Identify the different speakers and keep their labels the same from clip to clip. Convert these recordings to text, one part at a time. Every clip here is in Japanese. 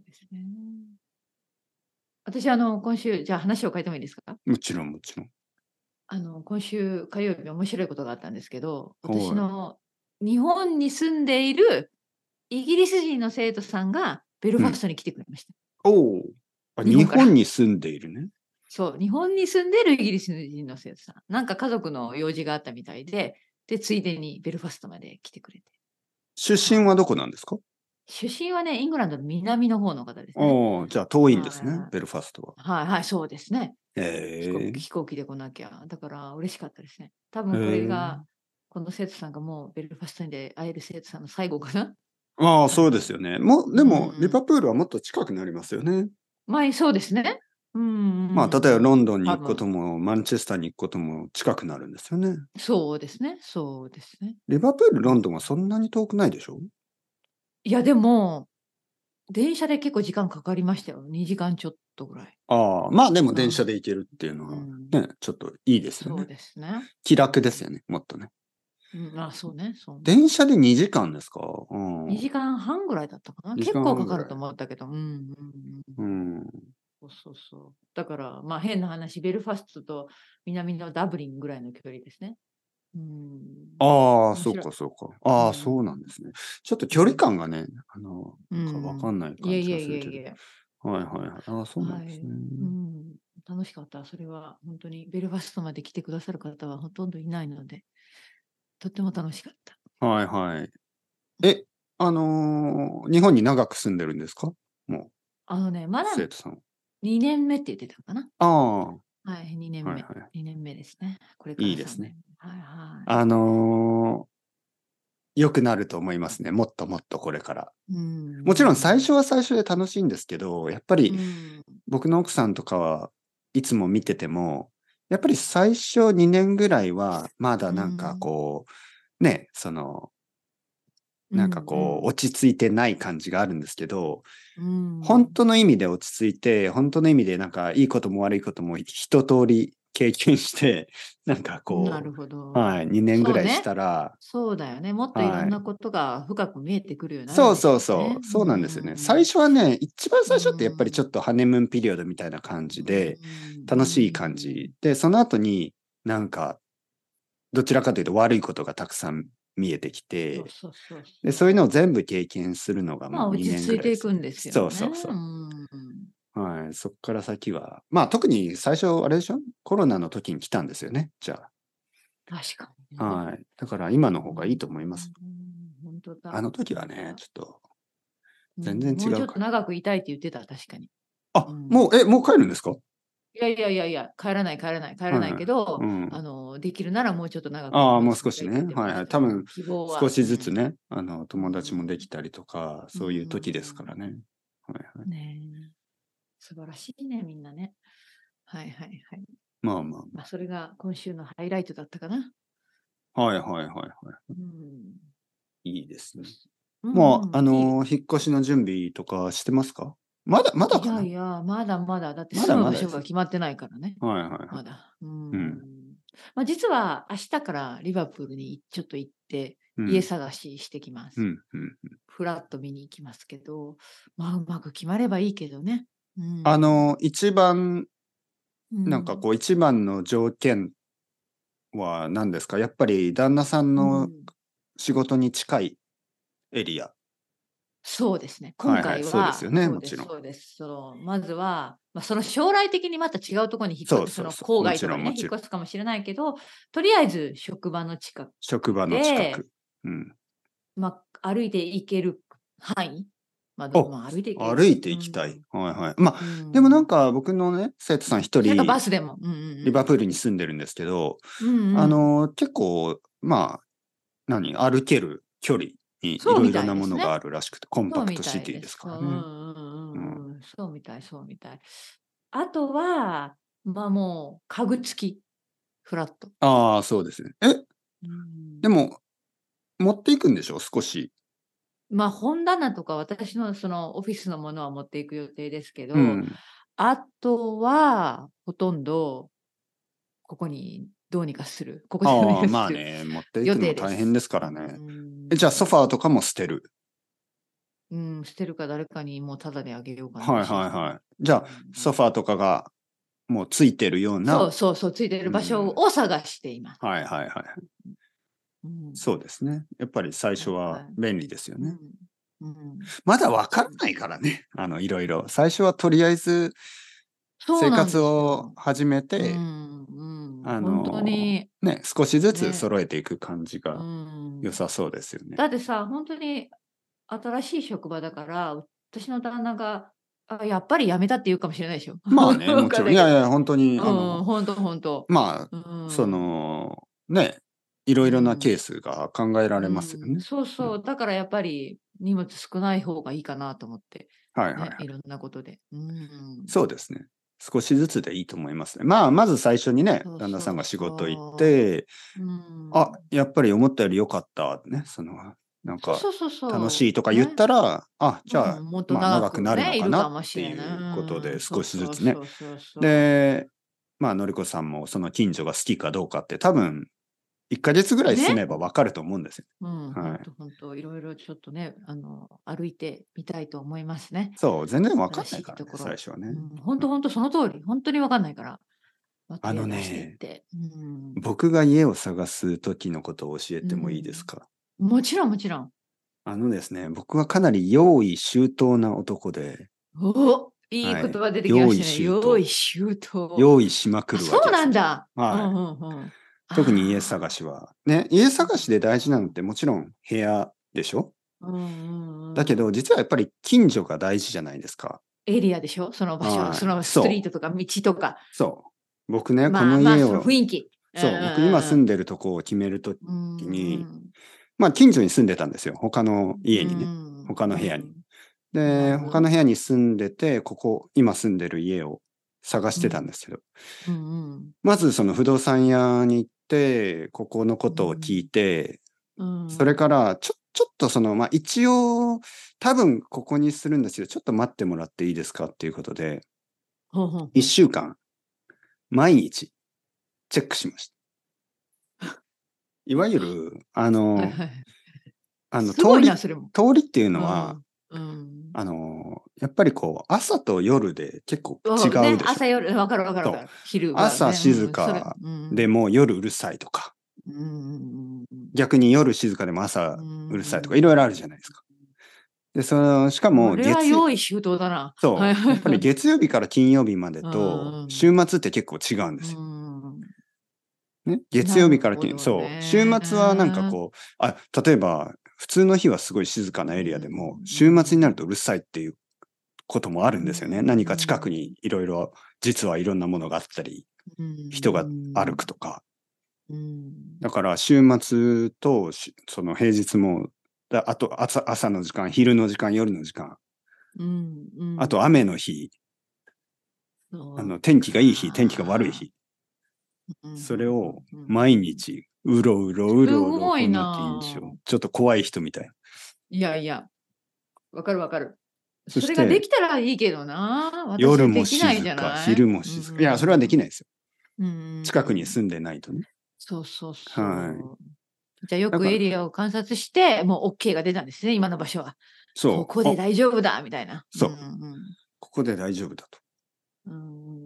Speaker 1: ですね。私、今週、じゃあ話を変えてもいいですか？
Speaker 2: もちろんもちろん。
Speaker 1: 今週火曜日面白いことがあったんですけど、私
Speaker 2: はい。
Speaker 1: の日本に住んでいるイギリス人の生徒さんがベル
Speaker 2: うん。
Speaker 1: ファストに来てくれました。
Speaker 2: おお。あ、日
Speaker 1: 日本から。
Speaker 2: 本に住んでいるね。
Speaker 1: そう、日本に住んでるイギリス人の生徒さん。なんか家族の用事があったみたいで、で、ついでにベルファストまで来てくれて。
Speaker 2: 出身
Speaker 1: はい。
Speaker 2: はどこなんですか？
Speaker 1: 出身はね、イングランドの南の方の方ですね。
Speaker 2: ああ、じゃあ遠いんですね、
Speaker 1: はい。
Speaker 2: ベルファストは。
Speaker 1: はいはい、そうですね。
Speaker 2: へえ。
Speaker 1: 飛行機で来なきゃ。だから嬉しかったですね。多
Speaker 2: へ
Speaker 1: 分これが、
Speaker 2: え。
Speaker 1: この生徒さんがもうベルファストで会える生徒さんの最後かな。
Speaker 2: ああ、そうです
Speaker 1: はい。
Speaker 2: よね。
Speaker 1: う
Speaker 2: でも、リ
Speaker 1: ん。
Speaker 2: バプールはもっと近くなりますよね。
Speaker 1: まあ、そうですね。うん
Speaker 2: まあ、例えば
Speaker 1: うんうん。
Speaker 2: ロンドンに行くこと
Speaker 1: 多分。
Speaker 2: も、マンチェスターに行くことも近くなるんですよね。
Speaker 1: そうですね、そうですね。
Speaker 2: リバプール、
Speaker 1: うん。
Speaker 2: ロンドンはそんなに遠くないでしょ？
Speaker 1: いや、でも、電車で結構時間かかりましたよ。2時間ちょっとぐらい。
Speaker 2: ああ、まあでも電車
Speaker 1: うん。
Speaker 2: で行けるっていうのは、
Speaker 1: うん。
Speaker 2: ね、ちょっといいですよ
Speaker 1: そう
Speaker 2: ね。
Speaker 1: ですね。
Speaker 2: 気楽ですよね、もっとね。
Speaker 1: うん、あ、そうね、そうね。
Speaker 2: 電車で2時間ですか？うん。
Speaker 1: 2時間半ぐらいだったかな。
Speaker 2: 2
Speaker 1: 結
Speaker 2: 時
Speaker 1: 構かかると
Speaker 2: 間半ぐらい。
Speaker 1: 思ったけど、うんうんうん。
Speaker 2: うん。
Speaker 1: そうそうそう。だから、まあ、変な話、ベルファストと南のダブリンぐらいの距離ですね。うん。
Speaker 2: ああ、そう
Speaker 1: 面白い。
Speaker 2: かそうか。ああ、
Speaker 1: うん。
Speaker 2: そうなんですね。ちょっと距離
Speaker 1: うん。
Speaker 2: 感がね、
Speaker 1: う
Speaker 2: なんかわか
Speaker 1: ん。
Speaker 2: んない感
Speaker 1: いえいえ
Speaker 2: じがするけど。
Speaker 1: いえいえ。
Speaker 2: はいはいはい。ああ、そうなん
Speaker 1: はい。
Speaker 2: ですね。
Speaker 1: うん。楽しかった。それは本当にベルファストまで来てくださる方はほとんどいないので、とっても楽しかった。
Speaker 2: はいはい。え、日本に長く住んでるんですか？もう、
Speaker 1: まだ
Speaker 2: 生徒さんは。
Speaker 1: 2年目って言ってたかな。
Speaker 2: ああ、は
Speaker 1: はい、2年目。
Speaker 2: いはい。
Speaker 1: 2年目ですね。これから3
Speaker 2: いいですね。
Speaker 1: 年。はいはい。
Speaker 2: あの、良くなると思いますね。もっともっとこれから。
Speaker 1: う
Speaker 2: もちろん最
Speaker 1: ん
Speaker 2: 初は最初で楽しいんですけど、やっぱり
Speaker 1: うん。
Speaker 2: 僕の奥さんとかはいつも見てても、やっぱり最初2年ぐらいは、まだ
Speaker 1: う
Speaker 2: なんか
Speaker 1: ん。
Speaker 2: こう、ね、
Speaker 1: うん
Speaker 2: なんか
Speaker 1: うん。
Speaker 2: こう、落ち着いてない感じがあるんですけど、
Speaker 1: うん。
Speaker 2: 本当の意味で落ち着いて、本当の意味でなんかいいことも悪いことも一通り経験して、なんか
Speaker 1: なる
Speaker 2: こ
Speaker 1: ほ
Speaker 2: う、は
Speaker 1: ど。
Speaker 2: い、2年ぐらいし
Speaker 1: そうね。
Speaker 2: たら、
Speaker 1: そうだよね。もっといろ
Speaker 2: はい。
Speaker 1: んなことが深く見えてくるようになるん
Speaker 2: そう
Speaker 1: でしょうね。
Speaker 2: そうそう、そう
Speaker 1: う
Speaker 2: なんですよね。最
Speaker 1: ん。
Speaker 2: 初はね、一番
Speaker 1: う
Speaker 2: 最初ってやっぱりちょ
Speaker 1: ん。
Speaker 2: っとハネムーンピリオドみたいな感じ
Speaker 1: う
Speaker 2: で、
Speaker 1: ん。う
Speaker 2: 楽しい感
Speaker 1: ん。
Speaker 2: じ。で、その後になんか、どちらかというと悪いことがたくさん見えてきて、
Speaker 1: そうそうそう
Speaker 2: で、そういうのを
Speaker 1: そう。
Speaker 2: 全部経験するのが
Speaker 1: まあ、
Speaker 2: もう2
Speaker 1: 落ち
Speaker 2: 年ぐ
Speaker 1: 着いていくん
Speaker 2: らいですよね。
Speaker 1: ですよね。
Speaker 2: そうそうそ
Speaker 1: う
Speaker 2: う。
Speaker 1: ん。
Speaker 2: はい。そっから先は、まあ特に最初あれでしょ？コロナの時に来たんですよね。じゃ
Speaker 1: 確かに
Speaker 2: あ。
Speaker 1: ね。
Speaker 2: はい。だから今の
Speaker 1: う
Speaker 2: 方がいいと思います。
Speaker 1: ん。本当だ。
Speaker 2: あの時はね、
Speaker 1: 本当だ。
Speaker 2: ちょっと
Speaker 1: うん。
Speaker 2: 全然
Speaker 1: もうちょっと
Speaker 2: 違うから。
Speaker 1: 長くいたいって言ってた、確かに。う
Speaker 2: あ、
Speaker 1: ん。
Speaker 2: もう帰るんですか？
Speaker 1: いやいやいやいや、帰らない帰らない帰らない
Speaker 2: はいはい。
Speaker 1: けど、
Speaker 2: うん。
Speaker 1: できるならもうちょっと長く日
Speaker 2: ああ、
Speaker 1: 本に
Speaker 2: もう少しね。
Speaker 1: 住みたいって言って
Speaker 2: はいはい。
Speaker 1: ました。
Speaker 2: 多分、
Speaker 1: 希望は。
Speaker 2: 少し
Speaker 1: うん。
Speaker 2: ずつね、
Speaker 1: う
Speaker 2: 友達もでき
Speaker 1: ん。
Speaker 2: たりとか、
Speaker 1: う
Speaker 2: そういう時ですから
Speaker 1: ん。
Speaker 2: ね。はいはい。
Speaker 1: ねえ。素晴らしいね、みんなね。はいはいはい。
Speaker 2: まあまあ
Speaker 1: まあ、
Speaker 2: ま
Speaker 1: それが今週のハイライトだったかな。
Speaker 2: あ。はいはいはいは
Speaker 1: うん。
Speaker 2: い。いいですね。
Speaker 1: うん
Speaker 2: もう、
Speaker 1: うん。いい。
Speaker 2: 引っ越しの準備とかしてますか？まだ
Speaker 1: い
Speaker 2: かな？
Speaker 1: やいや、まだまだ、だって
Speaker 2: まだ
Speaker 1: 住む場所
Speaker 2: まだですね。
Speaker 1: が決まってないからね。
Speaker 2: はいはいはい。
Speaker 1: まだ。う
Speaker 2: うん。
Speaker 1: ん。まあ、実は明日からリバプールにちょっと行って、家
Speaker 2: うん。
Speaker 1: 探ししてきます。
Speaker 2: うん。うん。
Speaker 1: フラッと見に行きますけど、まあ、うまく決まればいいけどね。うん。
Speaker 2: 一番、
Speaker 1: うん。
Speaker 2: なんかこう、一番の条件は何ですか？やっぱり旦那さんの
Speaker 1: うん。
Speaker 2: 仕事に近いエリア。
Speaker 1: そうですね。今
Speaker 2: はいはい。
Speaker 1: 回は、
Speaker 2: そうですよね、
Speaker 1: そうです
Speaker 2: もちろん。
Speaker 1: そうです。まずは、まあ、その将来的にまた違うところに
Speaker 2: そう
Speaker 1: その
Speaker 2: そうそう。もち
Speaker 1: 郊外とかにね、
Speaker 2: ろんもちろん。
Speaker 1: 引っ越すかもしれないけど、とりあえず職場の近く
Speaker 2: 職場の近
Speaker 1: で、
Speaker 2: く。うん。
Speaker 1: まあ、歩いて行ける範囲まあ、
Speaker 2: お、
Speaker 1: まあ、歩いて行ける。
Speaker 2: 歩いて
Speaker 1: う
Speaker 2: 行きたい。
Speaker 1: ん。
Speaker 2: はいはい。まあ、
Speaker 1: う
Speaker 2: でもなん
Speaker 1: ん。
Speaker 2: か僕のね、生徒さん一
Speaker 1: それかバ
Speaker 2: 人、
Speaker 1: スでも。うんうんうん。
Speaker 2: リバプールに住んでるんですけど、
Speaker 1: うんうん。
Speaker 2: 結構、まあ、歩ける距離にい
Speaker 1: そうみ
Speaker 2: ろいろなものが
Speaker 1: たいですね。
Speaker 2: あるらしくて、コン
Speaker 1: そうみ
Speaker 2: パクトシ
Speaker 1: たいです。
Speaker 2: ティですか
Speaker 1: うんう
Speaker 2: らね。
Speaker 1: ん
Speaker 2: うん。
Speaker 1: うんうん。そうみたいそうみたい。あとは、まあ、もう家具付き、フラット。
Speaker 2: ああ、そうですね。
Speaker 1: うん。
Speaker 2: でも、持っていくんでしょ少し。
Speaker 1: まあ、本棚とか私のそのオフィスのものは持っていく予定ですけど、
Speaker 2: うん。
Speaker 1: あとはほとんどここにどうにかする、ここでどうに
Speaker 2: ああ、
Speaker 1: かする
Speaker 2: まあね、持ってい
Speaker 1: 予
Speaker 2: くの
Speaker 1: 定です。
Speaker 2: 大変ですか
Speaker 1: う
Speaker 2: らね。じゃあソ
Speaker 1: ん。
Speaker 2: ファーとかも捨てる。
Speaker 1: 捨てるか誰かにもうタダであげようかな、
Speaker 2: はい
Speaker 1: 欲しい人に。
Speaker 2: はいはい。じゃあ、ソファーとかがもうついてるような。
Speaker 1: そうそうそう、ついてる場所を探しています。
Speaker 2: はいはいはい。
Speaker 1: うん
Speaker 2: そうですね。やっぱり最初
Speaker 1: は
Speaker 2: はい便利ですよね。
Speaker 1: うん
Speaker 2: まだわからないからね。いろいろ。最初はとりあえず生活
Speaker 1: そうなんですよ。
Speaker 2: を始め
Speaker 1: う
Speaker 2: て、
Speaker 1: ん本当に
Speaker 2: ね、少しずつ
Speaker 1: ね、
Speaker 2: 揃えていく感じ
Speaker 1: う
Speaker 2: が良
Speaker 1: ん。
Speaker 2: さそうですよね。
Speaker 1: だってさ、本当に新しい職場だから、私の旦那が、やっぱり辞めたって言うかもしれないでしょ。
Speaker 2: まあね、
Speaker 1: わ
Speaker 2: もちろん。
Speaker 1: かんないけど。
Speaker 2: いやいや、本当に、
Speaker 1: 本当本当。
Speaker 2: まあ、
Speaker 1: う
Speaker 2: そ
Speaker 1: ん。
Speaker 2: の、ね、いろいろなケースが考えられますよね。
Speaker 1: そうそう。だからやっぱり荷物少ない方がいいかなと思って。ね、
Speaker 2: はいはいはい。
Speaker 1: いろんなことで。
Speaker 2: そうですね。少しずつでいいと思いますね。まあ、まず最初にね、
Speaker 1: そうそう
Speaker 2: 旦那さんが仕事行っ
Speaker 1: そ
Speaker 2: て、
Speaker 1: う。
Speaker 2: やっぱり思ったより良かったね。なんか、
Speaker 1: そうそうそう
Speaker 2: 楽しい
Speaker 1: そう。
Speaker 2: とか言ったら、じゃあ、
Speaker 1: もっと
Speaker 2: まあ、
Speaker 1: 長
Speaker 2: 長くなるの
Speaker 1: くね、いるか
Speaker 2: かなって
Speaker 1: もしれない。
Speaker 2: いうことで、
Speaker 1: そう
Speaker 2: 少しずつね。
Speaker 1: そうそうそう。
Speaker 2: で、まあ、のりこさんもその近所が好きかどうかって多分、1ヶ月ぐらい住
Speaker 1: ね。
Speaker 2: めばわかると思うんですよ。
Speaker 1: 本
Speaker 2: はい。
Speaker 1: 当本当いろいろちょっとね、歩いてみたいと思いますね。
Speaker 2: そう、全然わか
Speaker 1: 新しい
Speaker 2: んないからね、
Speaker 1: ところ。
Speaker 2: 最初はね。
Speaker 1: 本当本当その通り。本当にわかんないから。
Speaker 2: あの
Speaker 1: 手出していっ
Speaker 2: ね、
Speaker 1: て。
Speaker 2: 僕が家を探す時のことを教え
Speaker 1: う
Speaker 2: てもいいです
Speaker 1: ん。
Speaker 2: か？
Speaker 1: もちろんもちろん。
Speaker 2: あのですね、僕はかなり用意周到な男で、
Speaker 1: いい言
Speaker 2: はい。
Speaker 1: 葉出てきま
Speaker 2: 用意
Speaker 1: したね。用意
Speaker 2: 周到。
Speaker 1: 周到。
Speaker 2: 用意しまく
Speaker 1: そう
Speaker 2: るわけですよ。
Speaker 1: なんだ。
Speaker 2: はい。特に家探
Speaker 1: あ
Speaker 2: しは。ね、家探しで大事なのっ
Speaker 1: あ。
Speaker 2: てもちろん部屋でしょ？だけど、
Speaker 1: うん。
Speaker 2: 実はやっぱり近所が大事じゃないですか。
Speaker 1: エリアでしょ？その場所、そ
Speaker 2: はい。
Speaker 1: のストリートとか道とか。
Speaker 2: そう。僕ね、こ
Speaker 1: まあまあ、その
Speaker 2: の家を、
Speaker 1: 雰囲気。
Speaker 2: そう、僕今住んでるとこを決めるときに、
Speaker 1: ん。
Speaker 2: まあ近所に住んでたんですよ。他の
Speaker 1: う
Speaker 2: 家にね。
Speaker 1: ん。
Speaker 2: 他の部屋に。
Speaker 1: な
Speaker 2: で、
Speaker 1: るほど。
Speaker 2: 他の部屋に住んでて、今住んでる家を探してたん
Speaker 1: うん。
Speaker 2: ですけど、
Speaker 1: うんうん。
Speaker 2: まずその不動産屋に行って、ここのことを聞いて、それから、ちょっとまあ一応、多分ここにするんですけど、ちょっと待ってもらっていいですかっていうことで、
Speaker 1: ほうほうほう。
Speaker 2: 1週間、毎日、チェックしました。いわゆる、
Speaker 1: はいはい。
Speaker 2: 通
Speaker 1: すごいな、
Speaker 2: り、
Speaker 1: それも。
Speaker 2: 通りっていう
Speaker 1: う
Speaker 2: のは、
Speaker 1: ん。うん。
Speaker 2: やっぱりこう、朝と夜で結構違
Speaker 1: ね、
Speaker 2: うでしょ。
Speaker 1: 朝夜、わかるわかるわ
Speaker 2: そう。
Speaker 1: かる。昼はね、
Speaker 2: 朝静
Speaker 1: それ
Speaker 2: かでも夜うるさいとか、
Speaker 1: うんうんうん
Speaker 2: 逆に夜静かでも朝
Speaker 1: う
Speaker 2: うるさいとか、いろいろあるじゃないですか。で、しかも
Speaker 1: これは用意周到だな。はい
Speaker 2: そう、やっぱり
Speaker 1: はいはい。
Speaker 2: 月曜日から金曜日まで
Speaker 1: う
Speaker 2: と、
Speaker 1: ん
Speaker 2: 週末って結構違うんで
Speaker 1: う
Speaker 2: すよ。
Speaker 1: ん。
Speaker 2: ね。月
Speaker 1: なる
Speaker 2: 曜日から
Speaker 1: ほど
Speaker 2: そう、週末はなんか
Speaker 1: ね。
Speaker 2: こう、例えば、普通の日はすごい静かなエリアでも、
Speaker 1: う
Speaker 2: 週末になるとう
Speaker 1: ん
Speaker 2: るさいっていうこともあるん
Speaker 1: う
Speaker 2: ですよね。何か近く
Speaker 1: ん
Speaker 2: にいろいろ、実はいろんなものがあったり、人が歩くとか。
Speaker 1: うん。
Speaker 2: だから週末とその平日も、あと朝の時間、昼の時間、夜の時間、
Speaker 1: うんう
Speaker 2: あと雨
Speaker 1: ん。
Speaker 2: の日、
Speaker 1: そう
Speaker 2: 天気がいい日、天気が悪い
Speaker 1: か。
Speaker 2: 日、
Speaker 1: うんうん
Speaker 2: それを
Speaker 1: うん
Speaker 2: 毎日、うろうろう
Speaker 1: す
Speaker 2: ろうろ、
Speaker 1: ごい
Speaker 2: この近所、
Speaker 1: な。
Speaker 2: ちょっと怖い人みたい。
Speaker 1: いやいや、わかるわかる。それがで
Speaker 2: そして、
Speaker 1: きたらいいけどな。私は
Speaker 2: 夜も
Speaker 1: できないじゃ
Speaker 2: 静か、
Speaker 1: ない？
Speaker 2: 昼も静か。いや、それはできないですよ。
Speaker 1: うん。
Speaker 2: 近くに住んでないとね。
Speaker 1: そうそう
Speaker 2: はい。
Speaker 1: そう。じゃあよ
Speaker 2: だから、
Speaker 1: くエリアを観察して、もうオッケーが出たんですね、今の場所は。ここで大丈夫だみたいな。
Speaker 2: そう、ここで大丈夫だと。
Speaker 1: うん。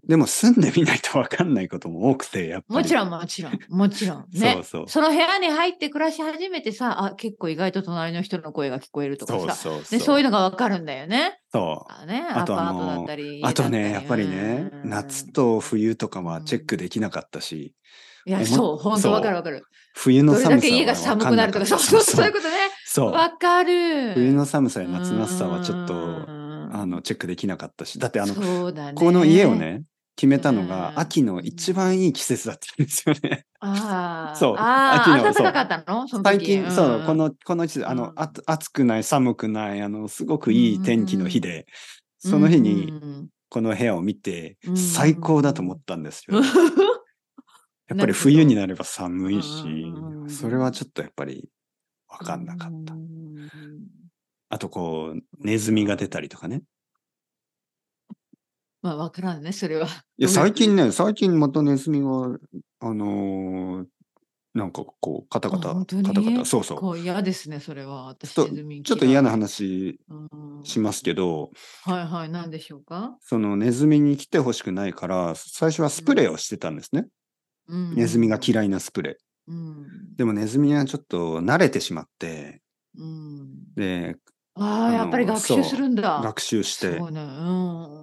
Speaker 2: でも住んでみないとわかんないことも多くて、やっぱり。
Speaker 1: もちろんもちろん、もちろん。ね。
Speaker 2: そうそう。
Speaker 1: その部屋に入って暮らし始めてさ、結構意外と隣の人の声が聞こえるとか
Speaker 2: そう
Speaker 1: さ、で、そういう
Speaker 2: そうそう。
Speaker 1: のがわかるんだよね。
Speaker 2: そう。
Speaker 1: アパートだったり、家
Speaker 2: あとね、や
Speaker 1: だったり。
Speaker 2: っぱりね、夏と冬とかはチェックできなかったし、
Speaker 1: いや、そう、ほんとわかる
Speaker 2: そう。
Speaker 1: わかる。
Speaker 2: 冬の
Speaker 1: どれだ
Speaker 2: 寒さ
Speaker 1: け家が
Speaker 2: はわかん
Speaker 1: 寒くなるとか、
Speaker 2: なかった。
Speaker 1: そうそうそう、そういう
Speaker 2: そうそう。
Speaker 1: ことね。
Speaker 2: そう。
Speaker 1: わか
Speaker 2: 冬の
Speaker 1: る。
Speaker 2: 寒さや
Speaker 1: う
Speaker 2: 夏の暑さはちょっと、
Speaker 1: ーん。
Speaker 2: チェックできなかったし。だって
Speaker 1: そうだ
Speaker 2: この家を
Speaker 1: ね。
Speaker 2: ね、決め
Speaker 1: う
Speaker 2: たのが秋の一
Speaker 1: ん。
Speaker 2: 番いい季節だったんですよね。そう。
Speaker 1: 暖かかったの？その時。
Speaker 2: 最近、そう、この季節、
Speaker 1: うん。
Speaker 2: 暑くない、寒くない、すごく
Speaker 1: うん
Speaker 2: いい天気
Speaker 1: うんうん。
Speaker 2: の日で、
Speaker 1: うん
Speaker 2: その日に、
Speaker 1: うん。
Speaker 2: この部屋を見て、
Speaker 1: うん
Speaker 2: 最高だと思っ
Speaker 1: うん
Speaker 2: たんです
Speaker 1: うん。
Speaker 2: よ。やっぱ
Speaker 1: な
Speaker 2: り
Speaker 1: るほど。
Speaker 2: 冬になれば寒いし、それはちょっとやっぱりわ
Speaker 1: う
Speaker 2: かんなかった。
Speaker 1: ん。
Speaker 2: あとこう、
Speaker 1: そう
Speaker 2: ネズミが出
Speaker 1: か。
Speaker 2: たりとかね。
Speaker 1: わからんね、それは。
Speaker 2: いや、最近またネズミが、あのーなんかこう、カタカタ、
Speaker 1: 本当
Speaker 2: カタカタ、
Speaker 1: に
Speaker 2: そうそう。
Speaker 1: こう嫌ですね、それは。私、
Speaker 2: ちょっと、
Speaker 1: ネズミ
Speaker 2: ちょっと嫌な
Speaker 1: 嫌い。
Speaker 2: 話
Speaker 1: うん。
Speaker 2: しますけど、
Speaker 1: はいはい、何でしょうか？
Speaker 2: そのネズミに来てほしくないから、最初はスプレーをしてたんですね。
Speaker 1: うん
Speaker 2: ネズミが
Speaker 1: うん
Speaker 2: 嫌いなスプレー。
Speaker 1: うん。
Speaker 2: でもネズミはちょっと慣れてしまって、
Speaker 1: うん。
Speaker 2: で、
Speaker 1: ああ、やっぱり学習す
Speaker 2: そ
Speaker 1: るん
Speaker 2: う、
Speaker 1: だ。
Speaker 2: 学習して、
Speaker 1: すごいね。うん。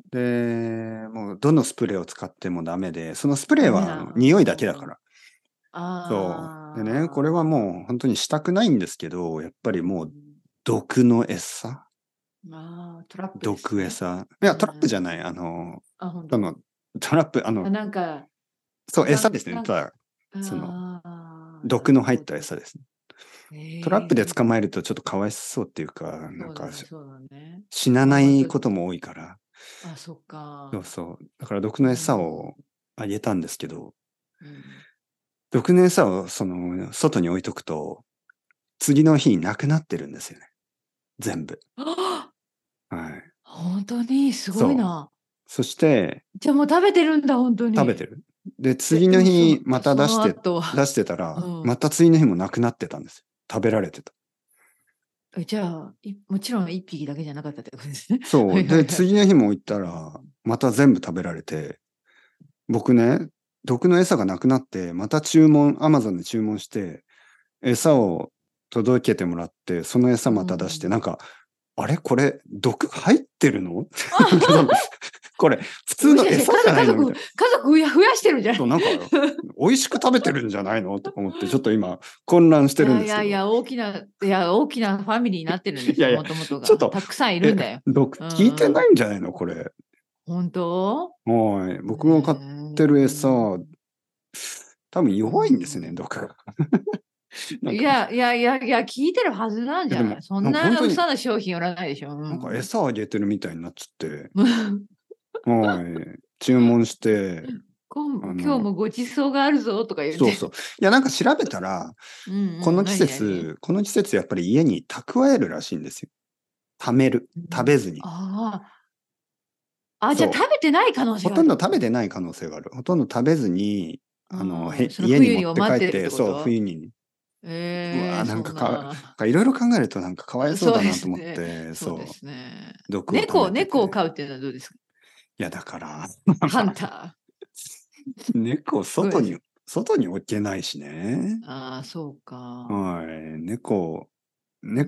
Speaker 2: で、もうどのスプレーを使ってもダメで、そのスプレー
Speaker 1: ダメ
Speaker 2: は
Speaker 1: な。
Speaker 2: 匂いだけだ
Speaker 1: うん。
Speaker 2: から。そう。でね、これは
Speaker 1: ああ。
Speaker 2: もう本当にしたくないんですけど、やっぱりもう
Speaker 1: うん。
Speaker 2: 毒の餌
Speaker 1: ああ、トラップですね。
Speaker 2: 毒餌。いや、
Speaker 1: う
Speaker 2: トラップじゃない。
Speaker 1: ん。あ、本当。
Speaker 2: その、トラップ、
Speaker 1: あ、なんか、
Speaker 2: そう、
Speaker 1: なん、
Speaker 2: 餌ですね。
Speaker 1: なん
Speaker 2: その、
Speaker 1: ああ、なる
Speaker 2: 毒の入っ
Speaker 1: ほど。
Speaker 2: た餌ですね。トラップで
Speaker 1: ええ、
Speaker 2: 捕まえるとちょっとかわいそうっていうか、なんか
Speaker 1: そうだね、そうだね。
Speaker 2: 死なな
Speaker 1: まあまた、
Speaker 2: いことも多いから、
Speaker 1: あ、そっか。
Speaker 2: そうそう。だから毒
Speaker 1: う
Speaker 2: の餌を
Speaker 1: ん。
Speaker 2: あげたんですけど、
Speaker 1: うん。
Speaker 2: 毒の餌を外に置いとくと、次の日になくなってるんですよね。全部。
Speaker 1: あ、
Speaker 2: はい。
Speaker 1: 本当にすごい
Speaker 2: そう。
Speaker 1: な。
Speaker 2: そして、
Speaker 1: じゃ、もう食べてるんだ、本当に。
Speaker 2: 食べてる。で、
Speaker 1: え、
Speaker 2: 次の
Speaker 1: でも
Speaker 2: 日また
Speaker 1: その後は、
Speaker 2: 出してたら、
Speaker 1: うん。
Speaker 2: また次の日もなくなってたんですよ。食べられてた。
Speaker 1: え、じゃあ、もちろん1匹だけじゃなかったってことですね。は
Speaker 2: そう。で、
Speaker 1: いはいはい。
Speaker 2: 次の日も行ったら、
Speaker 1: うん。
Speaker 2: また全部食べられて、僕ね、毒の餌がなくなって、またアマゾンで注文して、餌を届けてもらって、その餌
Speaker 1: う
Speaker 2: また出して、
Speaker 1: ん。
Speaker 2: なんか、あれこれ、毒入ってるのなんかこれ、普通
Speaker 1: もしかして、
Speaker 2: の餌じゃないのみたいな。
Speaker 1: 家族増やしてるんじゃない？
Speaker 2: そう、なんか、美味しく食べてるんじゃないのとか思って、ちょっと今、混乱してるんですけど。
Speaker 1: 大きなファミリーになってるんですよ、
Speaker 2: いやいや、
Speaker 1: もともとが。
Speaker 2: ちょっと、
Speaker 1: たくさんいるんだよ。うん
Speaker 2: 効いて
Speaker 1: うん。
Speaker 2: ないんじゃないのこれ。
Speaker 1: 本当？
Speaker 2: はい。僕が飼ってる餌、
Speaker 1: ね
Speaker 2: 多分
Speaker 1: え。う
Speaker 2: 弱いんですよね、
Speaker 1: ん。
Speaker 2: 毒が。なんか、
Speaker 1: 効いてるはずなん
Speaker 2: でも、
Speaker 1: じゃない？そん
Speaker 2: なんか本当に、
Speaker 1: な嘘な商品売らないでしょ。う
Speaker 2: なんか
Speaker 1: ん。
Speaker 2: 餌あげてるみたいになっちゃって、はい。注文して、
Speaker 1: 今日もご馳走があるぞとか言って。
Speaker 2: そうそう。いや、なんか調べたら、
Speaker 1: うんうん。
Speaker 2: この季節やっぱり家に蓄えるらしいんですよ。貯める。
Speaker 1: うん。
Speaker 2: 食べずに。
Speaker 1: ああ。あ、じゃあ
Speaker 2: そう。
Speaker 1: 食べてない可能性
Speaker 2: ほとんど
Speaker 1: があるってこと？
Speaker 2: 食べてない可能性がある。ほとんど食べずに、
Speaker 1: うん、その
Speaker 2: 家に持っ
Speaker 1: 冬にを
Speaker 2: て帰って、
Speaker 1: 待ってるってこ
Speaker 2: そう、
Speaker 1: と？
Speaker 2: 冬に。うわー、
Speaker 1: ええ、そん
Speaker 2: なん
Speaker 1: な。
Speaker 2: かいろいろ考えるとなんかかわいそう
Speaker 1: そう
Speaker 2: だなと思っ
Speaker 1: ですね。
Speaker 2: て、
Speaker 1: そうで
Speaker 2: そう、
Speaker 1: すね。
Speaker 2: 毒を貯めてて。
Speaker 1: 猫を飼うっていうのはどうですか？
Speaker 2: いや、だから、
Speaker 1: ハ
Speaker 2: まあ、
Speaker 1: ンタ
Speaker 2: 猫、
Speaker 1: ー。どうです？
Speaker 2: 外に置けないしね。
Speaker 1: ああ、そうか。
Speaker 2: はい。
Speaker 1: うん。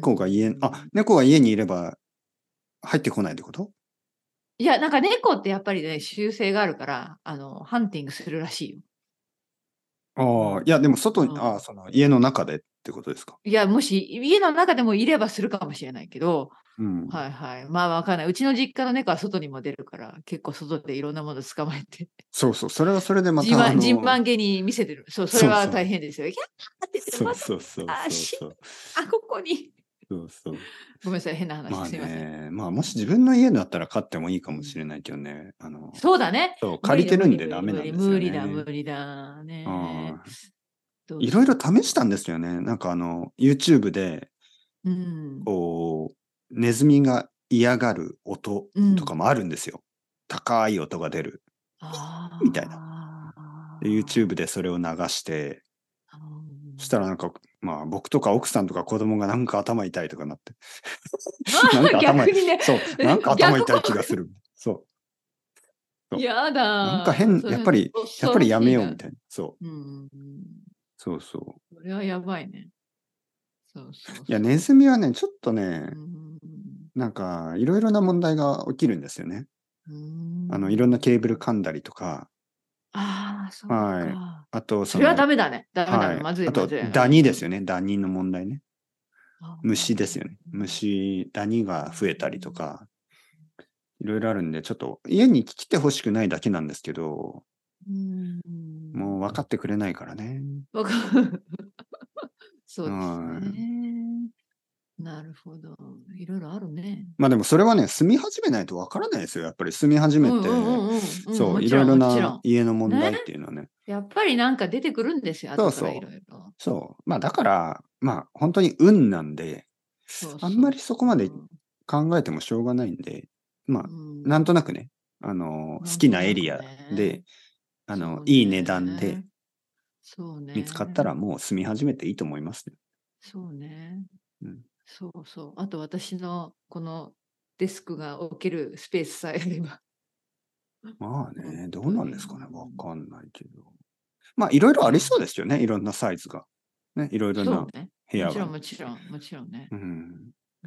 Speaker 2: 猫が家にいれば入ってこないってこと？
Speaker 1: いや、なんか猫ってやっぱりね、習性があるから、ハンティングするらしいよ。う
Speaker 2: ああ、いや、
Speaker 1: ん。
Speaker 2: でも外に、
Speaker 1: うん。
Speaker 2: 家の中でってことですか？
Speaker 1: いや、もし家の中でもいればするかもしれないけど、
Speaker 2: うん。
Speaker 1: はいはい。まあ、わかんない。うちの実家の猫は外にも出るから、結構外でいろんなもの捕まえて、
Speaker 2: そうそう、それはそれでまた
Speaker 1: 自慢げに見せてる。そう、それは
Speaker 2: そうそう。
Speaker 1: 大変ですよ。「やー！」って言って、
Speaker 2: そう
Speaker 1: 「また
Speaker 2: そうそう
Speaker 1: あ、
Speaker 2: そうそう。
Speaker 1: ここに」。
Speaker 2: そうそう。
Speaker 1: ごめんなさい、変な話、
Speaker 2: まあ
Speaker 1: すいません。
Speaker 2: ね、まあ、もし
Speaker 1: うん。
Speaker 2: 自分の家だったら飼ってもいいか
Speaker 1: うん。
Speaker 2: もしれないけどね。
Speaker 1: そうだね。
Speaker 2: そう、
Speaker 1: 無理だ
Speaker 2: 借りてるん
Speaker 1: 無理無理
Speaker 2: でダメなんですよ
Speaker 1: 無理無
Speaker 2: ね。
Speaker 1: 理だね。
Speaker 2: ああ。
Speaker 1: どう
Speaker 2: いろいろ
Speaker 1: しようか。
Speaker 2: 試したんですよね。なんかYouTube で、
Speaker 1: うん。
Speaker 2: こう、ネズミが嫌がる音
Speaker 1: うん。
Speaker 2: とかもあるんですよ。高い音が出る。みたいな。
Speaker 1: あ
Speaker 2: で、YouTube
Speaker 1: あ。
Speaker 2: でそれを流して、
Speaker 1: うん。
Speaker 2: そしたらなんか、まあ僕とか奥さんとか子供がなんか頭痛いとかなって。
Speaker 1: あ
Speaker 2: なん
Speaker 1: あ、
Speaker 2: か
Speaker 1: 逆にね、
Speaker 2: そう、なんか頭
Speaker 1: 逆
Speaker 2: 痛い気
Speaker 1: 効果。
Speaker 2: がする。そう、そ
Speaker 1: や
Speaker 2: う。なんか
Speaker 1: だ。それ
Speaker 2: やっ
Speaker 1: 恐ろ
Speaker 2: ぱりや
Speaker 1: しいな。
Speaker 2: めようみたいな。そう、
Speaker 1: うん。
Speaker 2: そうそう。
Speaker 1: それはやばいね。そうそう
Speaker 2: いや、ネ
Speaker 1: そ
Speaker 2: ズミはね、ちょっと
Speaker 1: う。
Speaker 2: ね、
Speaker 1: うん。
Speaker 2: なんかいろいろな問題が起きるんですよね。
Speaker 1: う
Speaker 2: いろんな
Speaker 1: ん。
Speaker 2: ケーブル噛んだりとか、
Speaker 1: ああ、そう
Speaker 2: はい。
Speaker 1: か。
Speaker 2: あと、
Speaker 1: それはダメだね。ダメダメ。
Speaker 2: はい。
Speaker 1: まずい
Speaker 2: あと、
Speaker 1: まずい。
Speaker 2: ダ
Speaker 1: うんうん。
Speaker 2: ニですよね。ダニの問題ね。
Speaker 1: あ
Speaker 2: 虫ですよね。
Speaker 1: あ。
Speaker 2: ダニが増えたりとか、いろいろあるんで、ちょっと家に来てほしくないだけなんですけど、
Speaker 1: うん。
Speaker 2: もう分かってくれないからね。
Speaker 1: わかそ
Speaker 2: は
Speaker 1: うです
Speaker 2: い。
Speaker 1: ね。なるほど。いろいろあるね。
Speaker 2: まあでもそれはね、住み始めないと分からないですよ。やっぱり住み始め
Speaker 1: うんうん
Speaker 2: て、
Speaker 1: うんうん。うん、
Speaker 2: そう、いろい
Speaker 1: もちろん
Speaker 2: ろな
Speaker 1: もちろん。
Speaker 2: 家の問
Speaker 1: ね。
Speaker 2: 題っていうのはね。
Speaker 1: やっぱりなんか出てくるんですよ、後からい
Speaker 2: そうそう。
Speaker 1: ろいろ。
Speaker 2: そう。まあだから、まあ本当に運なんで、
Speaker 1: そう
Speaker 2: あんまり
Speaker 1: そうそ
Speaker 2: そこまで
Speaker 1: う。
Speaker 2: 考えてもしょうがないんで、ま
Speaker 1: う
Speaker 2: あ、なんと
Speaker 1: ん。
Speaker 2: なくね、好
Speaker 1: なん
Speaker 2: き
Speaker 1: となく
Speaker 2: なエリア
Speaker 1: ね。
Speaker 2: で、
Speaker 1: そう
Speaker 2: いい値段
Speaker 1: ね。
Speaker 2: で、
Speaker 1: そう
Speaker 2: 見つかったら
Speaker 1: ね。
Speaker 2: もう住み始めていいと思いますね。
Speaker 1: そうね。
Speaker 2: うん。
Speaker 1: そうそう。あと私のこのデスクが置けるスペースさえあれば。
Speaker 2: まあ
Speaker 1: 本
Speaker 2: ね、どう
Speaker 1: 当に。
Speaker 2: なんですかね、わかんないけど。まあ、いろいろありそうですよね、いろんなサイズが。ね、いろいろな
Speaker 1: そうね。
Speaker 2: 部屋がね。
Speaker 1: もちろんね。
Speaker 2: うん。
Speaker 1: うん。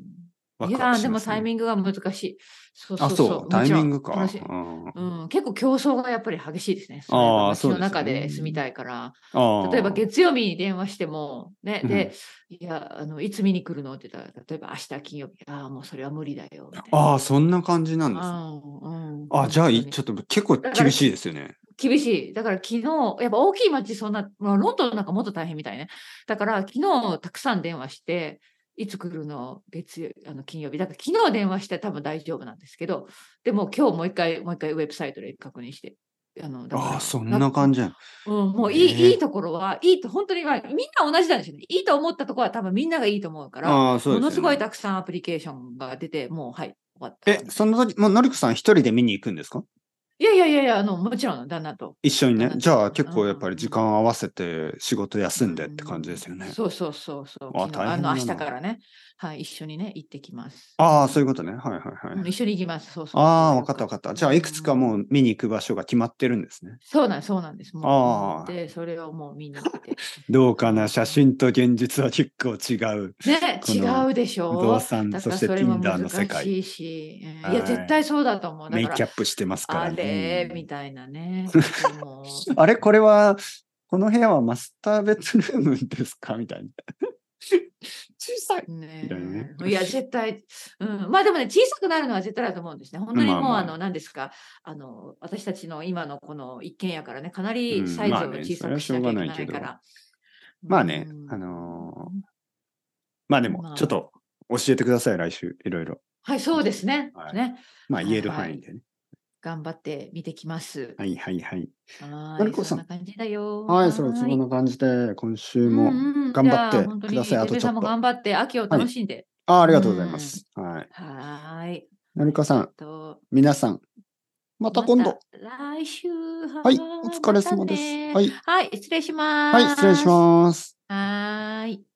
Speaker 2: ワクワク
Speaker 1: いやー、でも
Speaker 2: しますね。
Speaker 1: タイミングが難しい。そう
Speaker 2: あ、そう、
Speaker 1: そうそう。も
Speaker 2: タイ
Speaker 1: ちろん
Speaker 2: ミングか。
Speaker 1: 楽しい。うん、結構競争がやっぱり激しいですね。そのやっぱ
Speaker 2: ああ、
Speaker 1: 街の
Speaker 2: そうですよね。
Speaker 1: 中で住みたいから。例えば
Speaker 2: ああ、
Speaker 1: 月曜日に電話しても、ね、で、
Speaker 2: うん。
Speaker 1: いや、いつ見に来るのって言ったら、例えば明日金曜日、ああ、もうそれは無理だよ、みたいな。
Speaker 2: ああ、そんな感じなんですね。
Speaker 1: うん、
Speaker 2: あ、じゃあ、
Speaker 1: 本当に。
Speaker 2: ちょっと結構厳
Speaker 1: だから
Speaker 2: しいですよね。
Speaker 1: 厳しい。だから昨日、やっぱ大きい街、そんな、まあ、ロンドンなんかもっと大変みたいね。だから昨日たくさん電話して、いつ来るの月曜、金曜日。だから昨日電話して多分大丈夫なんですけど、でも今日もう一回ウェブサイトで確認して、だか
Speaker 2: ああ、
Speaker 1: ら、
Speaker 2: そんな感じなん。
Speaker 1: もういい
Speaker 2: ええ。
Speaker 1: ところは、いいと、本当に、まあ、みんな同じなんですよね。いいと思ったところは多分みんながいいと思うから、
Speaker 2: ああ、そう
Speaker 1: ものすごい
Speaker 2: ですよね。
Speaker 1: たくさんアプリケーションが出て、もう、はい、終わった、みたいな。
Speaker 2: その時、もうのりこさん一人で見に行くんですか？
Speaker 1: いや、もちろん
Speaker 2: 一緒にね。じゃあ、
Speaker 1: 旦那と一緒に。
Speaker 2: 結構やっぱり時間合わせて仕事休んでって感じですよね。
Speaker 1: そうそうそうそう、
Speaker 2: ああ、大
Speaker 1: 明
Speaker 2: 変だな。
Speaker 1: 日からね、はい、一緒にね、行ってきます。
Speaker 2: ああ、そういうことね。はいはいはい。
Speaker 1: 一緒に行きます。そうそう
Speaker 2: ああ、
Speaker 1: そう、
Speaker 2: わかったわかった。じゃあ、いくつかもう見に行く場所が決まってるんですね。
Speaker 1: そうなんです。もう決まっ
Speaker 2: ああ、
Speaker 1: て、それをもう見に行って。
Speaker 2: どうかな。
Speaker 1: は
Speaker 2: 写真と現実は結構違う。
Speaker 1: ね、違
Speaker 2: この
Speaker 1: うでし
Speaker 2: 不動
Speaker 1: ょ。
Speaker 2: 産、
Speaker 1: だ
Speaker 2: そして
Speaker 1: からそれも
Speaker 2: Tinder の世
Speaker 1: 難
Speaker 2: 界。
Speaker 1: しいし、いや、絶
Speaker 2: はい。
Speaker 1: 対そうだと思う。だから、
Speaker 2: メイキャップしてますから
Speaker 1: あ
Speaker 2: ね。
Speaker 1: れみたいなね。でも、
Speaker 2: あれこれは、この部屋はマスターベッドルームですかみたいな。小さいみたいなね。
Speaker 1: ねえ、いや、絶対、まあでもね、小さくなるのは絶対だと思うんですね。本当にもう、
Speaker 2: まあまあ。
Speaker 1: 何ですか、私たちの今のこの一軒家からね、かなり
Speaker 2: うん、
Speaker 1: サイズを
Speaker 2: まあね、
Speaker 1: 小さくし
Speaker 2: それはしょうが
Speaker 1: なきゃいけ
Speaker 2: ないけど。
Speaker 1: ないから。う
Speaker 2: まあね、
Speaker 1: ん、
Speaker 2: まあでも、ちょっ
Speaker 1: まあ、
Speaker 2: と教えてください、来週。いろいろ。
Speaker 1: はい、そうですね。
Speaker 2: はい。
Speaker 1: ね。
Speaker 2: まあ言える
Speaker 1: はい。
Speaker 2: 範囲でね。
Speaker 1: 頑張って見てきます。
Speaker 2: はいはいはい。
Speaker 1: はい、
Speaker 2: のりこさん。
Speaker 1: そんな感じだよ。
Speaker 2: はい、そ
Speaker 1: はい。
Speaker 2: んな感じで、今週
Speaker 1: う
Speaker 2: も
Speaker 1: じゃあ、
Speaker 2: 頑張って
Speaker 1: 本当に、
Speaker 2: ください。あ
Speaker 1: てっぺいさんも
Speaker 2: とちょっと。
Speaker 1: 頑張って秋を
Speaker 2: はい。
Speaker 1: 楽しんで。
Speaker 2: あり
Speaker 1: う
Speaker 2: がとうございま
Speaker 1: ん。
Speaker 2: す。はい。
Speaker 1: はい。
Speaker 2: のりこさん、
Speaker 1: と、
Speaker 2: 皆さん、また
Speaker 1: また
Speaker 2: 今度。
Speaker 1: 来週、
Speaker 2: はい、お
Speaker 1: はい、
Speaker 2: 疲れ
Speaker 1: また
Speaker 2: 様です。
Speaker 1: ね。
Speaker 2: はい。
Speaker 1: はい、失礼し
Speaker 2: はい、失礼し
Speaker 1: ます。
Speaker 2: ます。
Speaker 1: はーい。